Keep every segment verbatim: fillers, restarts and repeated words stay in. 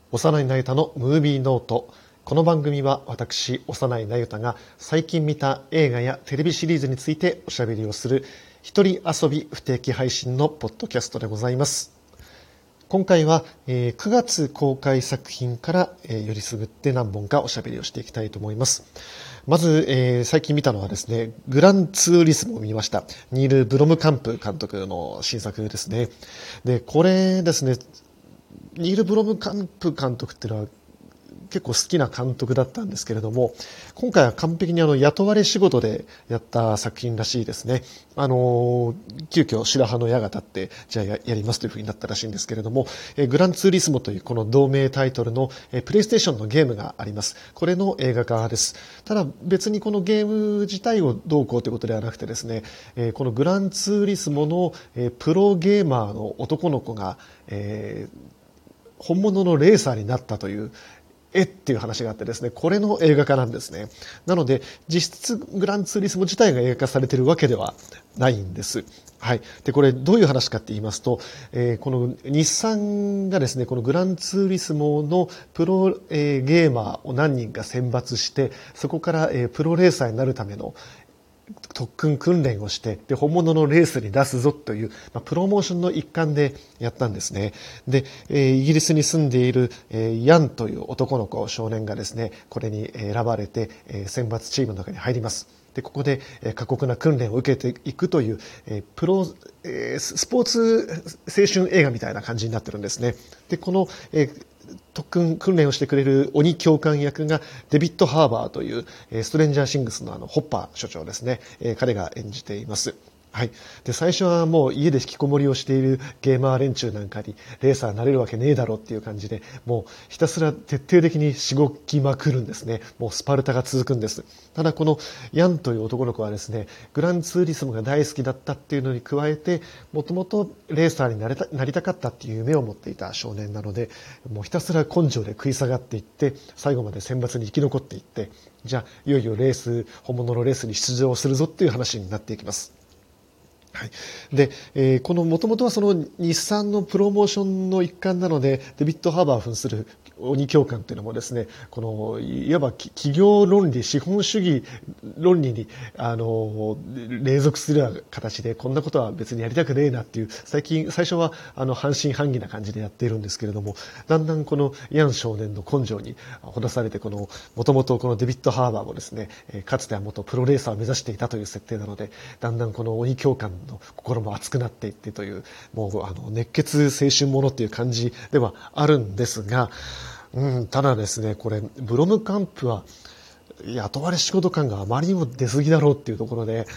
幼いなゆたのムービーノート。この番組は私、幼いなゆたが最近見た映画やテレビシリーズについておしゃべりをする一人遊び不定期配信のポッドキャストでございます。今回はくがつ公開作品からよりすぐって何本かおしゃべりをしていきたいと思います。まず、えー、最近見たのはですね、グランツーリスモを見ました。ニール・ブロムカンプ監督の新作ですね。で、これですね、ニール・ブロムカンプ監督っていうのは結構好きな監督だったんですけれども、今回は完璧にあの雇われ仕事でやった作品らしいですね。あの急遽白羽の矢が立ってじゃあ や, やりますというふうになったらしいんですけれども、えグランツーリスモというこの同名タイトルのえプレイステーションのゲームがあります。これの映画化です。ただ別にこのゲーム自体をどうこうということではなくてですね、えこのグランツーリスモのえプロゲーマーの男の子が、えー本物のレーサーになったというえっていう話があってですね、これの映画化なんですね。なので実質グランツーリスモ自体が映画化されているわけではないんです。はい。で、これどういう話かって言いますと、えー、この日産がですね、このグランツーリスモのプロ、えー、ゲーマーを何人か選抜して、そこから、えー、プロレーサーになるための特訓訓練をして、で、本物のレースに出すぞという、まあ、プロモーションの一環でやったんですね。で、えー、イギリスに住んでいる、えー、ヤンという男の子、少年がですね、これに選ばれて、えー、選抜チームの中に入ります。で、ここで、えー、過酷な訓練を受けていくという、えー、プロ、えー、スポーツ青春映画みたいな感じになってるんですね。で、この、えー特訓訓練をしてくれる鬼教官役がデビッド・ハーバーというストレンジャーシングスのあのホッパー所長ですね。彼が演じています。はい。で、最初はもう家で引きこもりをしているゲーマー連中なんかにレーサーになれるわけねえだろっていう感じで、もうひたすら徹底的にしごきまくるんですね。もうスパルタが続くんです。ただこのヤンという男の子はですね、グランツーリスモが大好きだったっていうのに加えて、もともとレーサーになれた、なりたかったっていう夢を持っていた少年なので、もうひたすら根性で食い下がっていって、最後まで選抜に生き残っていって、じゃあいよいよレース、本物のレースに出場するぞっていう話になっていきます。はい、で、えー、この元々はその日産のプロモーションの一環なので、デビッド・ハーバーを扮する鬼教官というのもですね、このいわば企業論理、資本主義論理にあの隷属するような形で、こんなことは別にやりたくねえなっていう、最近最初はあの半信半疑な感じでやっているんですけれども、だんだんこのヤン少年の根性にほだされて、この元々このデビッド・ハーバーもですね、かつては元プロレーサーを目指していたという設定なので、だんだんこの鬼教官の心も熱くなっていってという、もうあの熱血青春ものっていう感じではあるんですが、うん、ただですね、これブロムカンプは雇われ仕事感があまりにも出過ぎだろうっていうところで、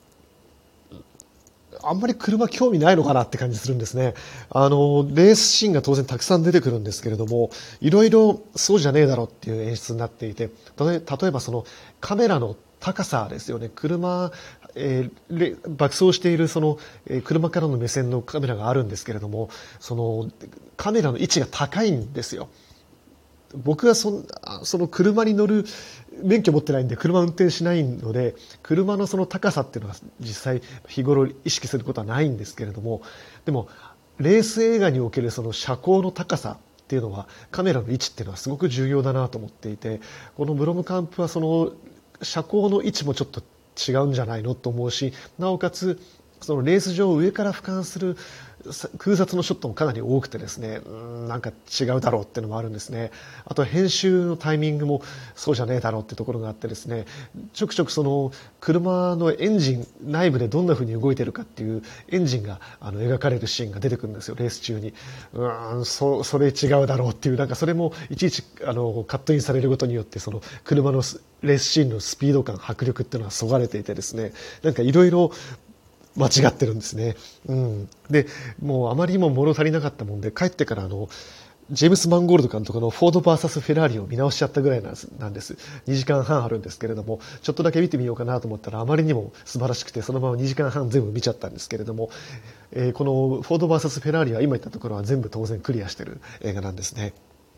あんまり車興味ないのかなって感じするんですね。あの、レースシーンが当然たくさん出てくるんですけれども、いろいろそうじゃねえだろうっていう演出になっていて、例えばそのカメラの高さですよね。車、えー、爆走しているその、えー、車からの目線のカメラがあるんですけれども、そのカメラの位置が高いんですよ。僕はそその車に乗る免許持ってないんで車運転しないので、車のその高さっていうのは実際日頃意識することはないんですけれども、でもレース映画におけるその車高の高さっていうのは、カメラの位置っていうのはすごく重要だなと思っていて、このブロムカンプはその車高の位置もちょっと違うんじゃないのと思うし、なおかつそのレース上を上から俯瞰する空撮のショットもかなり多くてですね、うんなんか違うだろうっていうのもあるんですね。あと編集のタイミングもそうじゃねえだろうっていうところがあってですね、ちょくちょくその車のエンジン内部でどんな風に動いてるかっていうエンジンがあの描かれるシーンが出てくるんですよ、レース中に。うーんそそれ違うだろうっていう、なんかそれもいちいちあのカットインされることによって、その車のレースシーンのスピード感、迫力っていうのはそがれていてですね、なんかいろいろ間違ってるんですね。うん。で、もうあまりにも物足りなかったもんで、帰ってからあの、ジェームス・マンゴールド監督のフォード ブイエス フェラーリを見直しちゃったぐらいなんです。にじかんはんあるんですけれども、ちょっとだけ見てみようかなと思ったらあまりにも素晴らしくて、そのままにじかんはん全部見ちゃったんですけれども、えー、このフォード ブイエス フェラーリは今言ったところは全部当然クリアしてる映画なんですね。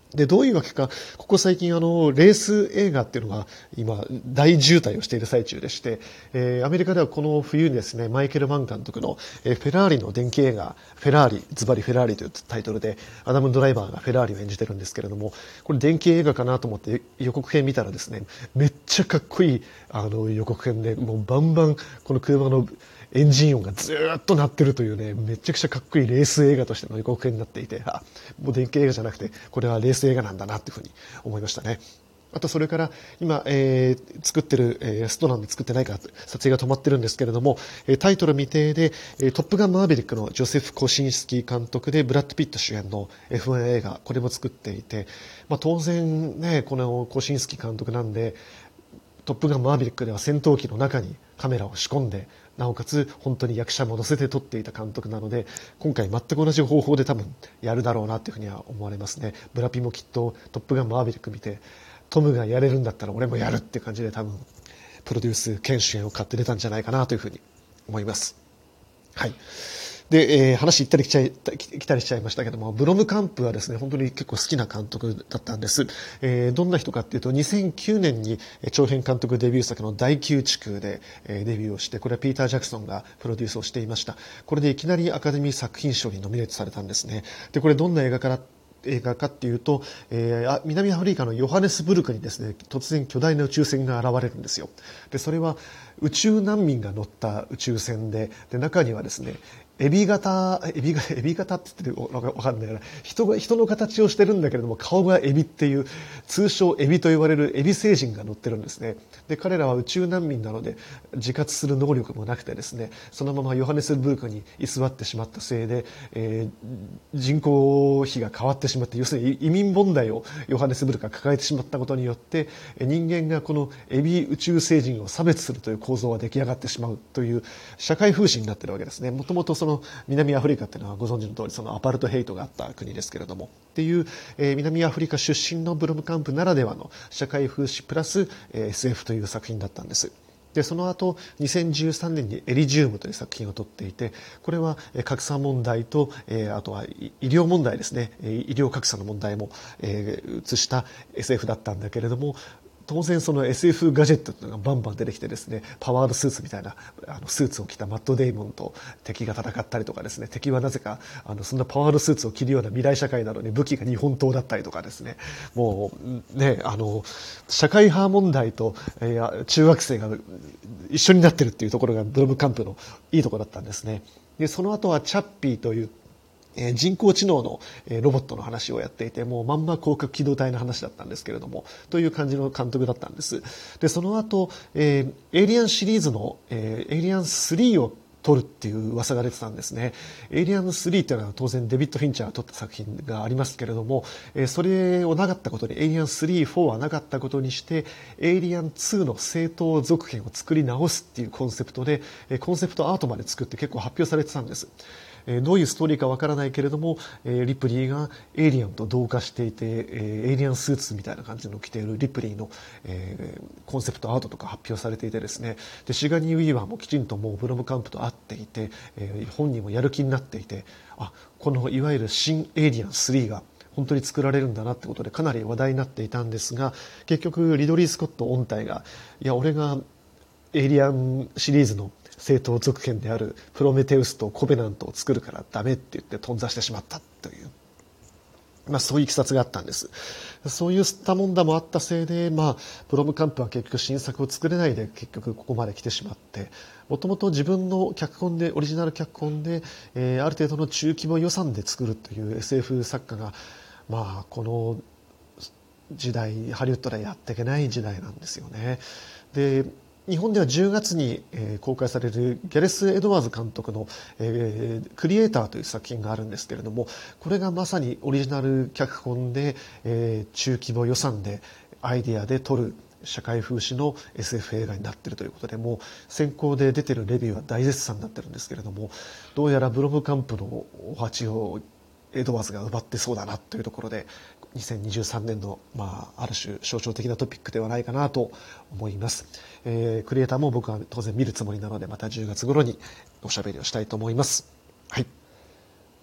で、どういうわけか、ここ最近あの、レース映画っていうのが今、大渋滞をしている最中でして、えー、アメリカではこの冬にですね、マイケル・マン監督の、えー、フェラーリの電気映画、フェラーリ、ズバリフェラーリというタイトルで、アダム・ドライバーがフェラーリを演じてるんですけれども、これ電気映画かなと思って予告編見たらですね、めっちゃかっこいい、あの、予告編で、もうバンバン、この車のエンジン音がずーっと鳴ってるというね、めちゃくちゃかっこいいレース映画としての予告編になっていて、あ、もう電気映画じゃなくて、これはレース映画なんだなっていうふうに思いましたね。あとそれから今、えー、作ってる、えー、ストランで作ってないから撮影が止まってるんですけれども、えー、タイトル未定で、えー、トップガンマーヴェリックのジョセフ・コシンスキー監督でブラッド・ピット主演の エフワン 映画、これも作っていて、まあ、当然ね、このコシンスキー監督なんで、トップガンマーヴェリックでは戦闘機の中にカメラを仕込んで、なおかつ本当に役者も乗せて撮っていた監督なので、今回全く同じ方法で多分やるだろうなというふうには思われますね。ブラピもきっとトップガンマーヴェリック見て、トムがやれるんだったら俺もやるっていう感じで多分プロデュース兼主演を買って出たんじゃないかなというふうに思います。はい。で、えー、話行ったり来ちゃい、来たりしちゃいましたけども、ブロムカンプはですね、本当に結構好きな監督だったんです。えー、どんな人かっていうと、にせんきゅうねんに長編監督デビュー作の第九地区で、えー、デビューをして、これはピーター・ジャクソンがプロデュースをしていました。これでいきなりアカデミー作品賞にノミネートされたんですね。で、これどんな映画から映画かっていうと、えー、南アフリカのヨハネスブルクにですね、突然巨大な宇宙船が現れるんですよ。で、それは宇宙難民が乗った宇宙船で、で、中にはですね、エビ型、エビ型、エビ型って言ってるわかんないな。人が、人の形をしてるんだけれども、顔がエビっていう、通称エビと言われるエビ星人が乗ってるんですね。で、彼らは宇宙難民なので、自活する能力もなくてですね、そのままヨハネスブルクに居座ってしまったせいで、えー、人口比が変わってしまって、要するに移民問題をヨハネスブルクが抱えてしまったことによって、人間がこのエビ宇宙星人を差別するという構造が出来上がってしまうという社会風刺になっているわけですね。もともとその南アフリカっていうのはご存知の通りそのアパルトヘイトがあった国ですけれどもっていう、えー、南アフリカ出身のブロムカンプならではの社会風刺プラス、えー、エスエフ という作品だったんです。で、その後、にせんじゅうさんねんにエリジウムという作品を撮っていて、これは格差問題と、えー、あとは医療問題ですね、医療格差の問題も、えー、映した エスエフ だったんだけれども、当然その エスエフ ガジェットというのがバンバン出てきてですね、パワードスーツみたいなあのスーツを着たマット・デイモンと敵が戦ったりとかですね、敵はなぜかあのそんなパワードスーツを着るような未来社会なのに武器が日本刀だったりとかですね、もうね、あの社会派問題と、えー、中学生が一緒になってるっていうところがブロムカンプのいいところだったんですね。で、その後はチャッピーという人工知能のロボットの話をやっていて、もうまんま広角機動隊の話だったんですけれども、という感じの監督だったんです。で、その後、えー、エイリアンシリーズの、えー、エイリアンスリーを撮るっていう噂が出てたんですね。エイリアンスリーっていうのは当然デビッド・フィンチャーが撮った作品がありますけれども、えー、それをなかったことに、エイリアンスリー、フォーはなかったことにして、エイリアンツーの正当続編を作り直すっていうコンセプトで、コンセプトアートまで作って結構発表されてたんです。どういうストーリーかわからないけれども、リプリーがエイリアンと同化していて、エイリアンスーツみたいな感じのを着ているリプリーのコンセプトアートとか発表されていてですね、でシガニー・ウィーバーもきちんともうブロムカンプと会っていて、本人もやる気になっていて、あ、このいわゆる新エイリアンスリーが本当に作られるんだなってことでかなり話題になっていたんですが、結局リドリー・スコット音体が、いや俺がエイリアンシリーズの正当続編であるプロメテウスとコベナントを作るからダメって言って頓挫してしまったという、まあ、そういういきさつがあったんです。そういう吸ったもんだもあったせいで、まあ、ブロムカンプは結局新作を作れないで結局ここまで来てしまって、もともと自分の脚本でオリジナル脚本で、えー、ある程度の中規模予算で作るという エスエフ 作家が、まあ、この時代ハリウッドでやっていけない時代なんですよね。で日本ではじゅうがつに公開されるギャレス・エドワーズ監督のクリエイターという作品があるんですけれども、これがまさにオリジナル脚本で中規模予算でアイデアで撮る社会風刺の エスエフ 映画になっているということで、もう先行で出てるレビューは大絶賛になってるんですけれども、どうやらブロムカンプのお鉢をエドワーズが奪ってそうだなというところで、にせんにじゅうさんねんの、まあ、ある種象徴的なトピックではないかなと思います。えー、クリエイターも僕は当然見るつもりなので、またじゅうがつ頃におしゃべりをしたいと思います。はい。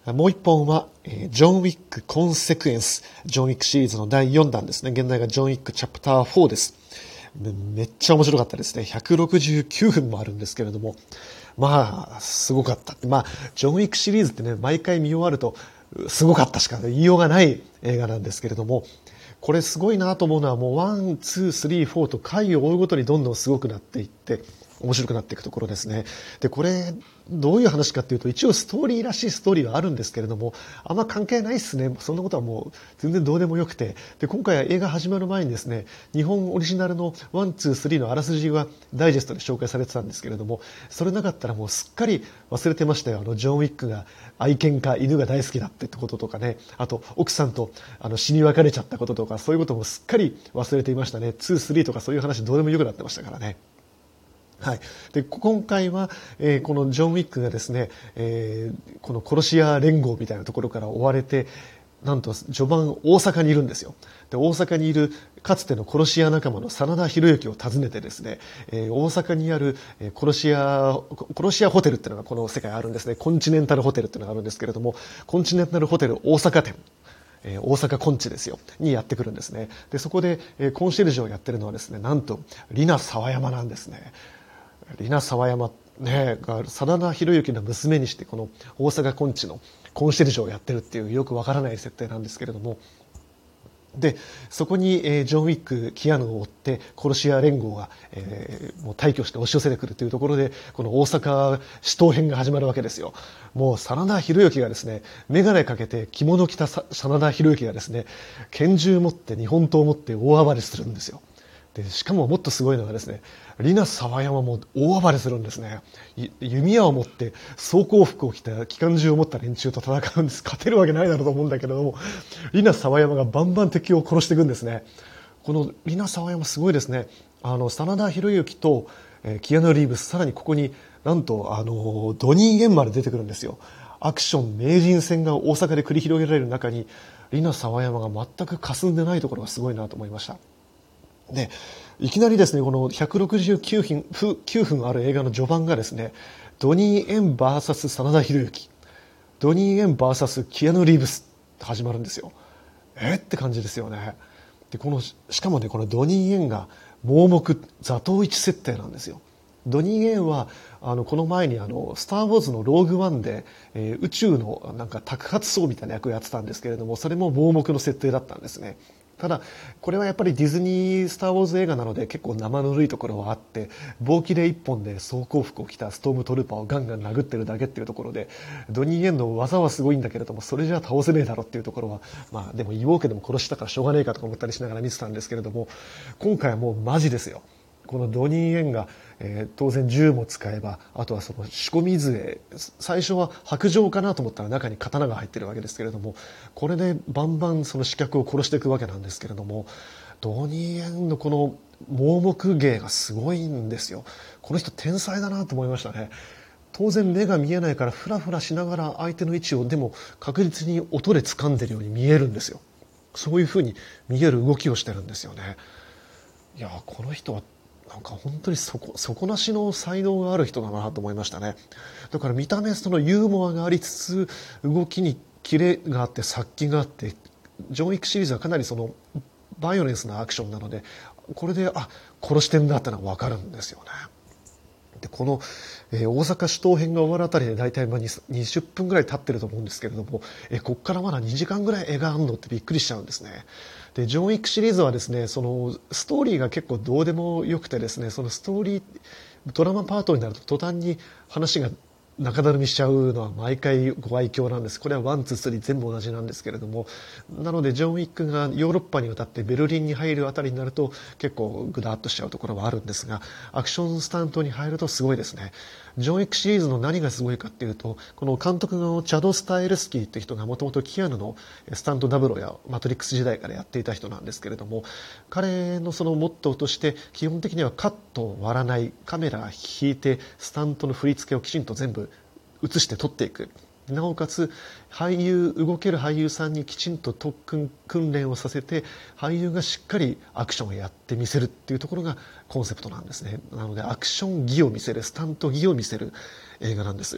もう一本は、ジョン・ウィック・コンセクエンス。ジョン・ウィックシリーズのだいよんだんですね。現在がジョン・ウィック・チャプターフォーです。めっちゃ面白かったですね。ひゃくろくじゅうきゅうふんもあるんですけれども。まあ、すごかった。まあ、ジョン・ウィックシリーズってね、毎回見終わると、すごかったしか言いようがない映画なんですけれども、これすごいなと思うのはもうワン、ツー、スリー、フォーと回を追うごとにどんどんすごくなっていって、面白くなっていくところですね。で、これ、どういう話かっていうと、一応ストーリーらしいストーリーはあるんですけれども、あんま関係ないっすね。そんなことはもう全然どうでもよくて。で、今回は映画始まる前にですね、日本オリジナルのワン、ツー、スリーのあらすじはダイジェストで紹介されてたんですけれども、それなかったらもうすっかり忘れてましたよ。あの、ジョン・ウィックが愛犬か犬が大好きだってこととかね、あと、奥さんとあの死に別れちゃったこととか、そういうこともすっかり忘れていましたね。ツー、スリーとかそういう話どうでもよくなってましたからね。はい、で今回は、えー、このジョン・ウィックがですね、えー、この殺し屋連合みたいなところから追われて、なんと序盤大阪にいるんですよ。で大阪にいるかつての殺し屋仲間の真田広之を訪ねてですね、えー、大阪にある殺し屋殺し屋ホテルっていうのがこの世界あるんですね。コンチネンタルホテルっていうのがあるんですけれども、コンチネンタルホテル大阪店、えー、大阪コンチですよにやってくるんですね。でそこで、えー、コンシェルジュをやってるのはですね、なんと里奈沢山なんですね。里奈沢山、ね、が真田広之の娘にしてこの大阪コンチのコンシェルジュをやってるっていうよくわからない設定なんですけれども、でそこに、えー、ジョン・ウィックキアヌを追って殺し屋連合が、えー、もう大挙して押し寄せてくるというところで、この大阪死闘編が始まるわけですよ。もう真田広之がですね、眼鏡かけて着物着た真田広之がですね、拳銃を持って日本刀を持って大暴れするんですよ。でしかももっとすごいのがですね、里奈沢山も大暴れするんですね。弓矢を持って装甲服を着た機関銃を持った連中と戦うんです。勝てるわけないだろうと思うんだけれども、里奈沢山がバンバン敵を殺していくんですね。この里奈沢山すごいですね。あの真田広之と、えー、キアヌ・リーブス、さらにここになんとあのドニー・ゲンまで出てくるんですよ。アクション名人戦が大阪で繰り広げられる中に、里奈沢山が全く霞んでないところがすごいなと思いました。でいきなりですね、このひゃくろくじゅうきゅうふんある映画の序盤がですね、ドニー・エン ブイエス 真田広之、ドニー・エン ブイエス キアヌ・リーブスって始まるんですよ。えって感じですよね。でこのしかもね、このドニー・エンが盲目座頭市設定なんですよ。ドニー・エンはあのこの前にあのスター・ウォーズのローグワンで、えー、宇宙のなんか托発層みたいな役をやってたんですけれども、それも盲目の設定だったんですね。ただこれはやっぱりディズニースター・ウォーズ映画なので結構生ぬるいところはあって、棒切れ一本で装甲服を着たストームトルーパーをガンガン殴ってるだけっていうところで、ドニー・エンの技はすごいんだけれども、それじゃ倒せねえだろっていうところは、まあでも言おうけども殺したからしょうがねえかとか思ったりしながら見てたんですけれども、今回はもうマジですよ。このドニー・エンが、えー、当然銃も使えば、あとはその仕込み杖、最初は白杖かなと思ったら中に刀が入ってるわけですけれども、これでバンバンその刺客を殺していくわけなんですけれども、ドニー・エンのこの盲目芸がすごいんですよ。この人天才だなと思いましたね。当然目が見えないからフラフラしながら相手の位置をでも確実に音で掴んでるように見えるんですよ。そういうふうに見える動きをしてるんですよね。いやこの人はなんか本当に底底なしの才能がある人だなと思いましたね。だから見た目そのユーモアがありつつ、動きにキレがあって殺気があって、ジョン・ウィックシリーズはかなりそのバイオレンスなアクションなので、これであ殺してんだってのが分かるんですよね。でこの、えー、大阪首闘編が終わるあたりで大体まあにじゅっぷんぐらい経ってると思うんですけれども、えー、ここからまだにじかんぐらい映画あんのってびっくりしちゃうんですね。でジョン・ウィックシリーズはですね、そのストーリーが結構どうでもよくてですね、そのストーリードラマパートになると途端に話が中だるみしちゃうのは毎回ご愛嬌なんです。これはワンツースリー全部同じなんですけれども、なのでジョン・ウィックがヨーロッパに渡ってベルリンに入るあたりになると結構グダッとしちゃうところはあるんですが、アクションスタントに入るとすごいですね。ジョン・ウィックシリーズの何がすごいかっていうと、この監督のチャド・スタイルスキーって人がもともとキアヌのスタントダブルやマトリックス時代からやっていた人なんですけれども、彼のそのモットーとして基本的にはカットを割らない、カメラ引いてスタントの振り付けをきちんと全部映して撮っていく、なおかつ俳優動ける俳優さんにきちんと特訓訓練をさせて、俳優がしっかりアクションをやってみせるっていうところがコンセプトなんですね。なのでアクション技を見せる、スタント技を見せる映画なんです。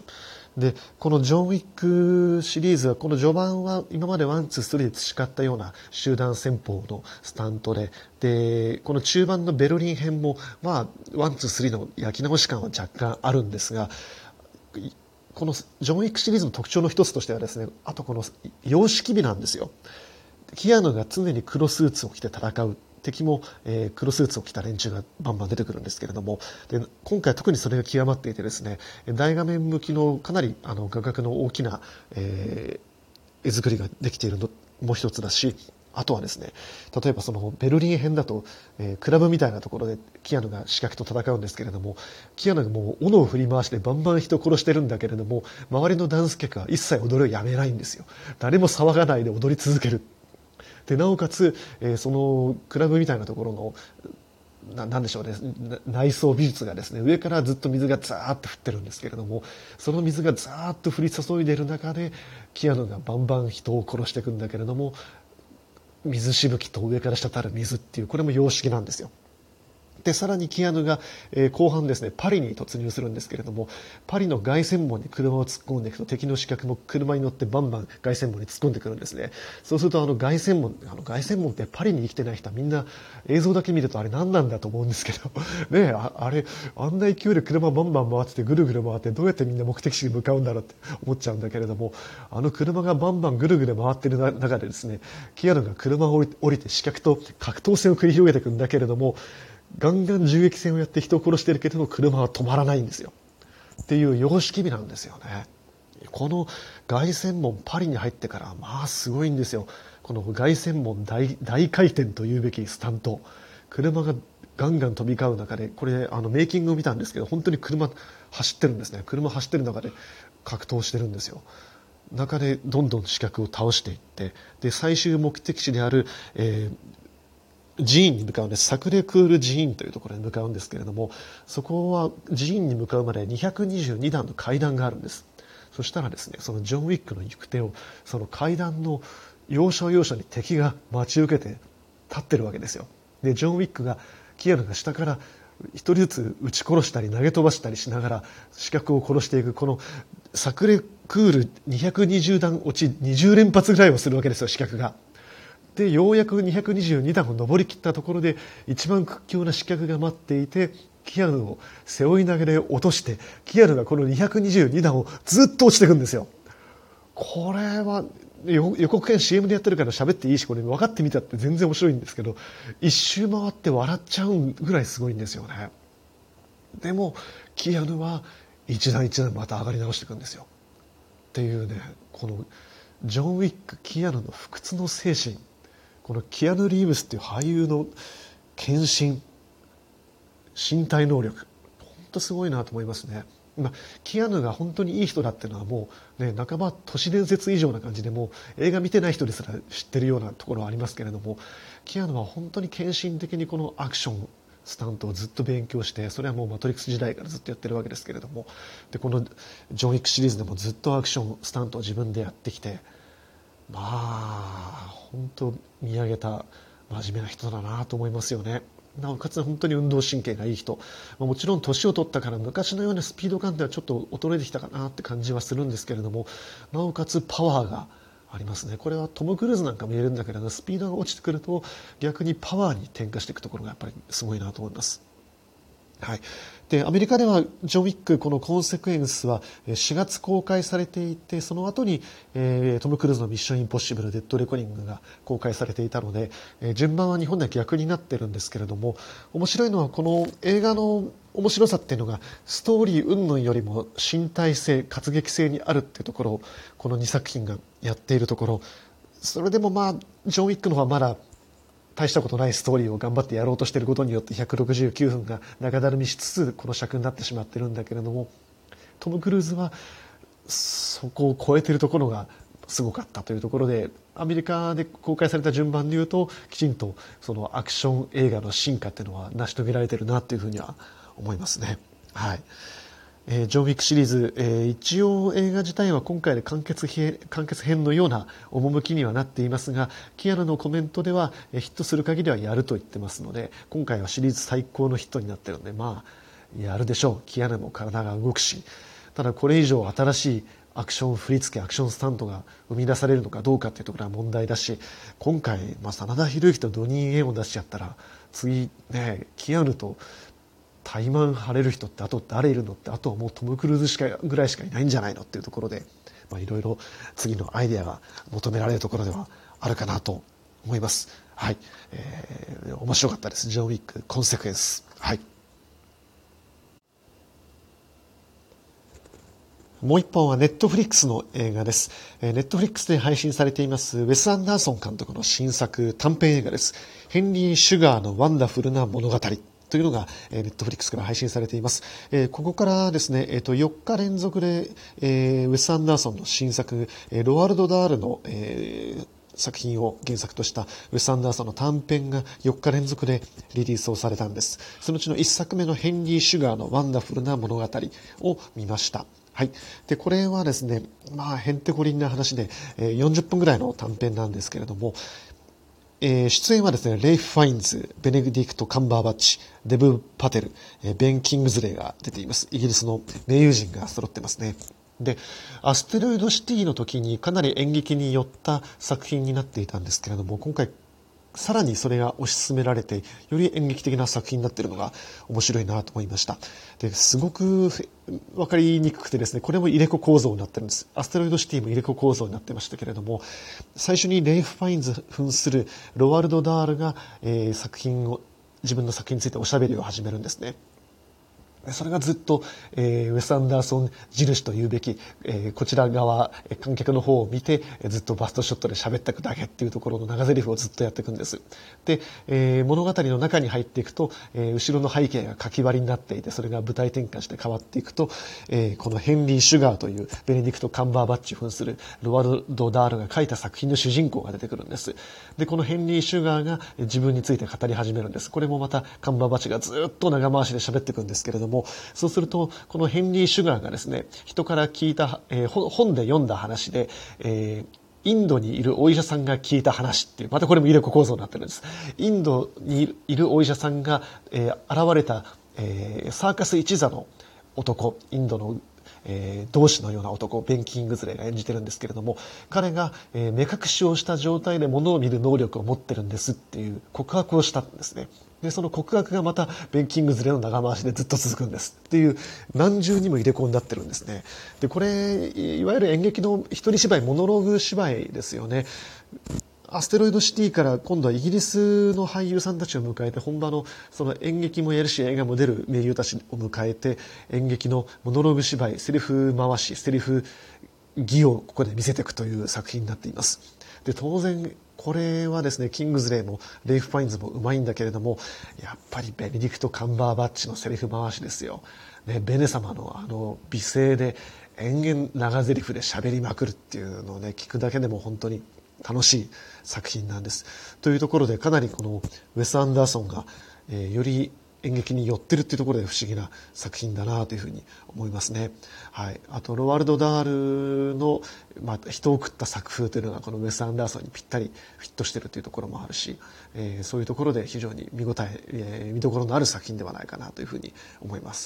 で、このジョン・ウィックシリーズは、この序盤は今までワン、ツー、スリーで培ったような集団戦法のスタントで、で、この中盤のベルリン編も、まあ、ワン、ツー、スリーの焼き直し感は若干あるんですが、このジョン・ウィックシリーズの特徴の一つとしてはですね、あとこの様式美なんですよ。キアヌが常に黒スーツを着て戦う。敵も、えー、黒スーツを着た連中がバンバン出てくるんですけれども、で今回特にそれが極まっていてですね、大画面向きのかなりあの画角の大きな、えー、絵作りができているのもう一つだし、あとはですね、例えばそのベルリン編だと、えー、クラブみたいなところでキアヌが刺客と戦うんですけれども、キアヌがもう斧を振り回してバンバン人を殺してるんだけれども、周りのダンス客は一切踊りをやめないんですよ。誰も騒がないで踊り続ける。でなおかつ、えー、そのクラブみたいなところのななんでしょうね、内装美術がですね、上からずっと水がザーッと降ってるんですけれども、その水がザーッと降り注いでいる中でキアヌがバンバン人を殺していくんだけれども、水しぶきと上から滴る水っていう、これも様式なんですよ。でさらにキアヌが、えー、後半ですね、パリに突入するんですけれども、パリの凱旋門に車を突っ込んでいくと、敵の刺客も車に乗ってバンバン凱旋門に突っ込んでくるんですね。そうするとあの凱旋門あの凱旋門ってパリに生きてない人はみんな映像だけ見るとあれ何なんだと思うんですけどねえ、ああれあんな勢いで車バンバン回っててぐるぐる回って、どうやってみんな目的地に向かうんだろうって思っちゃうんだけれども、あの車がバンバンぐるぐる回っている中でですね、キアヌが車を降りて刺客と格闘戦を繰り広げていくんだけれども、ガンガン銃撃戦をやって人を殺してるけど車は止まらないんですよっていう様式美なんですよね。この凱旋門パリに入ってからまあすごいんですよ。この凱旋門 大, 大回転というべきスタント、車がガンガン飛び交う中で、これあのメイキングを見たんですけど、本当に車走ってるんですね。車走ってる中で格闘してるんですよ。中でどんどん刺客を倒していって、で最終目的地である、えー寺院に向かうんです。サクレクール寺院というところに向かうんですけれども、そこは寺院に向かうまでにひゃくにじゅうにだんの階段があるんです。そしたらですね、そのジョン・ウィックの行く手をその階段の要所要所に敵が待ち受けて立ってるわけですよ。でジョン・ウィックがキアヌが下から一人ずつ撃ち殺したり投げ飛ばしたりしながら刺客を殺していく、このサクレクールにひゃくにじゅうだん落ちにじゅうれん発ぐらいをするわけですよ、刺客が。でようやくにひゃくにじゅうにだんを登り切ったところで一番屈強な刺客が待っていて、キアヌを背負い投げで落として、キアヌがこのにひゃくにじゅうにだんをずっと落ちていくんですよ。これは予告編 シーエム でやってるから喋っていいし、これ分かってみたって全然面白いんですけど、一周回って笑っちゃうぐらいすごいんですよね。でもキアヌは一段一段また上がり直していくんですよっていうね、このジョン・ウィックキアヌの不屈の精神、このキアヌ・リーブスっていう俳優の献身、身体能力、本当すごいなと思いますね。まあ、キアヌが本当にいい人だっていうのはもう、ね、半ば都市伝説以上な感じで、もう映画見てない人ですら知ってるようなところはありますけれども、キアヌは本当に献身的にこのアクションスタントをずっと勉強して、それはもうマトリックス時代からずっとやってるわけですけれども、でこのジョン・ウィックシリーズでもずっとアクションスタントを自分でやってきて、まあ本当見上げた真面目な人だなと思いますよね。なおかつ本当に運動神経がいい人、もちろん年を取ったから昔のようなスピード感ではちょっと衰えてきたかなって感じはするんですけれども、なおかつパワーがありますね。これはトム・クルーズなんかも言えるんだけれど、スピードが落ちてくると逆にパワーに転化していくところがやっぱりすごいなと思います。はい、でアメリカではジョン・ウィックこのコンセクエンスはしがつ公開されていて、その後に、えー、トム・クルーズのミッション・インポッシブル・デッド・レコニングが公開されていたので、えー、順番は日本では逆になってるんですけれども、面白いのはこの映画の面白さっていうのがストーリー云々よりも身体性活劇性にあるっていうところをこのにさく品がやっているところ、それでもまあジョン・ウィックの方はまだ大したことないストーリーを頑張ってやろうとしていることによってひゃくろくじゅうきゅうふんが長だるみしつつこの尺になってしまっているんだけれども、トム・クルーズはそこを超えているところがすごかったというところで、アメリカで公開された順番でいうときちんとそのアクション映画の進化っていうのは成し遂げられているなというふうには思いますね。はい。えー、ジョン・ウィックシリーズ、えー、一応映画自体は今回で完結編、完結編のような趣にはなっていますが、キアヌのコメントでは、えー、ヒットする限りはやると言ってますので、今回はシリーズ最高のヒットになっているので、まあやるでしょう。キアヌも体が動くし、 ただこれ以上新しいアクション振り付け、アクションスタントが生み出されるのかどうかっていうところは問題だし、今回、まあ、真田広之とドニー・イエンを出しちゃったら、次ね、キアヌとタイマン張れる人ってあと誰いるのって、あとはもうトム・クルーズしかぐらいしかいないんじゃないのっていうところで、まあ、いろいろ次のアイデアが求められるところではあるかなと思います。はい、えー、面白かったです。ジョン・ウィックコンセクエンス。はい。もう一本はネットフリックスの映画です。ネットフリックスで配信されていますウェス・アンダーソン監督の新作短編映画です。ヘンリー・シュガーのワンダフルな物語というのがネットフリックスから配信されています。ここからですね、よっか連続でウェス・アンダーソンの新作ロワルド・ダールの作品を原作としたウェス・アンダーソンの短編がよっか連続でリリースをされたんです。そのうちのいっさくめのヘンリー・シュガーのワンダフルな物語を見ました。はい。で、これはですね、まあ、へんてこりんな話で、えー、よんじゅっぷんぐらいの短編なんですけれども、えー、出演はですね、レイフ・ファインズ、ベネディクト・カンバーバッチ、デブ・パテル、えー、ベン・キングズレイが出ています。イギリスの名優陣が揃ってますね。で、アステロイドシティの時にかなり演劇に寄った作品になっていたんですけれども、今回さらにそれが推し進められて、より演劇的な作品になっているのが面白いなと思いました。で、すごく分かりにくくてですね、これも入れ子構造になってるんです。アステロイドシティも入れ子構造になってましたけれども、最初にレイフ・ファインズ扮するロワルド・ダールが、えー、作品を、自分の作品についておしゃべりを始めるんですね。それがずっと、えー、ウェス・アンダーソン印というべき、えー、こちら側観客の方を見てずっとバストショットで喋っていくだけっていうところの長台詞をずっとやっていくんです。で、えー、物語の中に入っていくと、えー、後ろの背景がかき割りになっていて、それが舞台転換して変わっていくと、えー、このヘンリー・シュガーというベネディクト・カンバーバッチ扮するロワルド・ダールが書いた作品の主人公が出てくるんです。で、このヘンリー・シュガーが自分について語り始めるんです。これもまたカンバーバッチがずっと長回しで喋っていくんですけれども、そうするとこのヘンリー・シュガーがですね、人から聞いた、えー、本で読んだ話で、えーインドにいるお医者さんが聞いた話っていう、またこれも入れ子構造になってるんです。インドにいるお医者さんが、えー、現れた、えー、サーカス一座の男、インドのえー、同志のような男、ベン・キングズレイが演じてるんですけれども、彼が、えー、目隠しをした状態で物を見る能力を持ってるんですっていう告白をしたんですね。で、その告白がまたベン・キングズレイの長回しでずっと続くんですっていう、何重にも入れ子になってるんですね。で、これいわゆる演劇の一人芝居、モノローグ芝居ですよね。アステロイドシティから今度はイギリスの俳優さんたちを迎えて、本場のその演劇もやるし映画も出る名優たちを迎えて、演劇のモノローグ芝居、セリフ回し、セリフ技をここで見せていくという作品になっています。で、当然これはですね、キングズレイもレイフ・ファインズもうまいんだけれども、やっぱりベネディクト・カンバーバッチのセリフ回しですよ。ね、ベネ様のあの美声で延々長台詞で喋りまくるっていうのをね、聞くだけでも本当に楽しい作品なんです。というところで、かなりこのウェス・アンダーソンが、えー、より演劇に寄ってるっていうところで不思議な作品だなというふうに思いますね。はい。あとロワルド・ダールの、まあ、人を食った作風というのがこのウェス・アンダーソンにぴったりフィットしてるというところもあるし、えー、そういうところで非常に見応え、えー、見どころのある作品ではないかなというふうに思います。